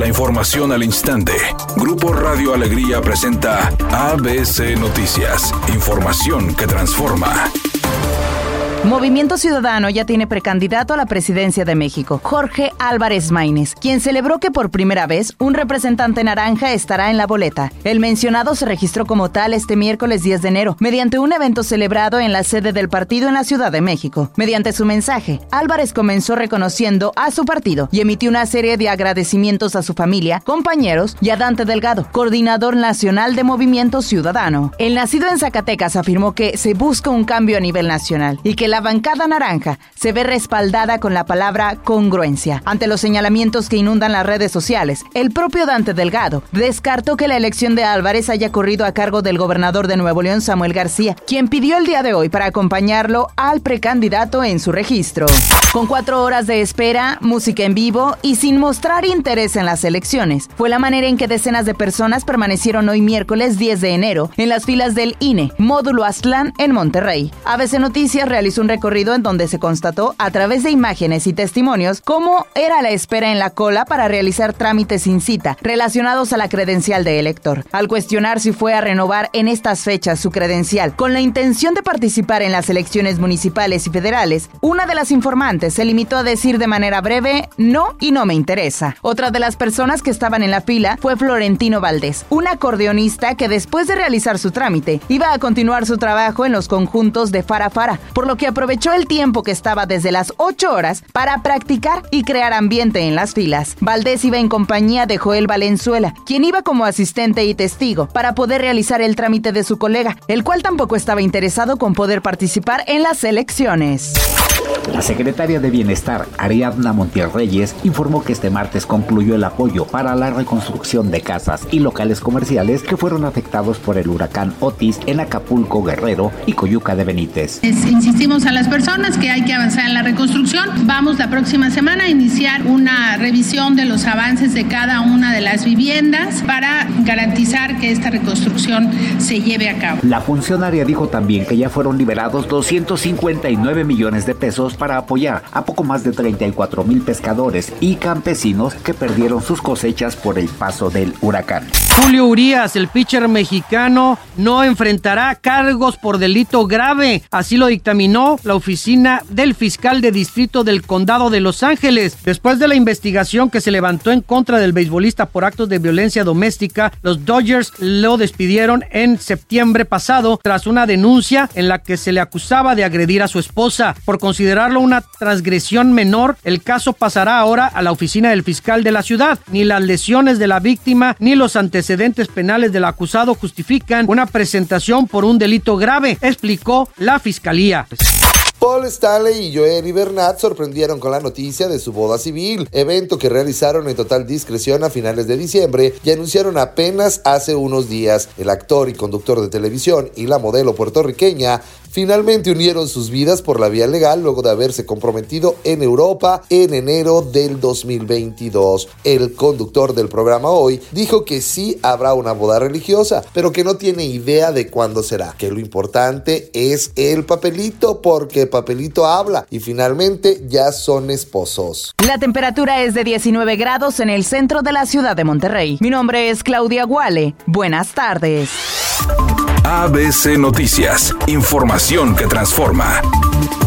La información al instante. Grupo Radio Alegría presenta ABC Noticias. Información que transforma. Movimiento Ciudadano ya tiene precandidato a la presidencia de México, Jorge Álvarez Maínez, quien celebró que por primera vez un representante naranja estará en la boleta. El mencionado se registró como tal este miércoles 10 de enero, mediante un evento celebrado en la sede del partido en la Ciudad de México. Mediante su mensaje, Álvarez comenzó reconociendo a su partido y emitió una serie de agradecimientos a su familia, compañeros y a Dante Delgado, coordinador nacional de Movimiento Ciudadano. El nacido en Zacatecas afirmó que se busca un cambio a nivel nacional y que la bancada naranja se ve respaldada con la palabra congruencia. Ante los señalamientos que inundan las redes sociales, el propio Dante Delgado descartó que la elección de Álvarez haya corrido a cargo del gobernador de Nuevo León, Samuel García, quien pidió el día de hoy para acompañarlo al precandidato en su registro. Con 4 horas de espera, música en vivo y sin mostrar interés en las elecciones, fue la manera en que decenas de personas permanecieron hoy miércoles 10 de enero en las filas del INE, módulo Aztlán en Monterrey. ABC Noticias realizó un recorrido en donde se constató a través de imágenes y testimonios cómo era la espera en la cola para realizar trámites sin cita relacionados a la credencial de elector. Al cuestionar si fue a renovar en estas fechas su credencial con la intención de participar en las elecciones municipales y federales, una de las informantes se limitó a decir de manera breve no y no me interesa. Otra de las personas que estaban en la fila fue Florentino Valdés, un acordeonista que después de realizar su trámite iba a continuar su trabajo en los conjuntos de Fara Fara, por lo que aprovechó el tiempo que estaba desde las 8 horas para practicar y crear ambiente en las filas. Valdés iba en compañía de Joel Valenzuela, quien iba como asistente y testigo para poder realizar el trámite de su colega, el cual tampoco estaba interesado con poder participar en las elecciones. La secretaria de Bienestar, Ariadna Montiel Reyes, informó que este martes concluyó el apoyo para la reconstrucción de casas y locales comerciales que fueron afectados por el huracán Otis en Acapulco, Guerrero y Coyuca de Benítez. Insistimos a las personas que hay que avanzar en la reconstrucción. Vamos la próxima semana a iniciar una revisión de los avances de cada una de las viviendas para garantizar que esta reconstrucción se lleve a cabo. La funcionaria dijo también que ya fueron liberados 259 millones de pesos para apoyar a poco más de 34,000 pescadores y campesinos que perdieron sus cosechas por el paso del huracán. Julio Urías, el pitcher mexicano, no enfrentará cargos por delito grave. Así lo dictaminó la oficina del fiscal de distrito del condado de Los Ángeles. Después de la investigación que se levantó en contra del beisbolista por actos de violencia doméstica, los Dodgers lo despidieron en septiembre pasado tras una denuncia en la que se le acusaba de agredir a su esposa. Por considerarlo una transgresión menor, el caso pasará ahora a la oficina del fiscal de la ciudad. Ni las lesiones de la víctima ni los antecedentes penales del acusado justifican una presentación por un delito grave, explicó la fiscalía. Paul Stanley y Joely Bernat sorprendieron con la noticia de su boda civil, evento que realizaron en total discreción a finales de diciembre y anunciaron apenas hace unos días. El actor y conductor de televisión y la modelo puertorriqueña finalmente unieron sus vidas por la vía legal luego de haberse comprometido en Europa en enero del 2022. El conductor del programa Hoy dijo que sí habrá una boda religiosa, pero que no tiene idea de cuándo será, que lo importante es el papelito porque papelito habla y finalmente ya son esposos. La temperatura es de 19 grados en el centro de la ciudad de Monterrey. Mi nombre es Claudia Guale. Buenas tardes. ABC Noticias, información que transforma.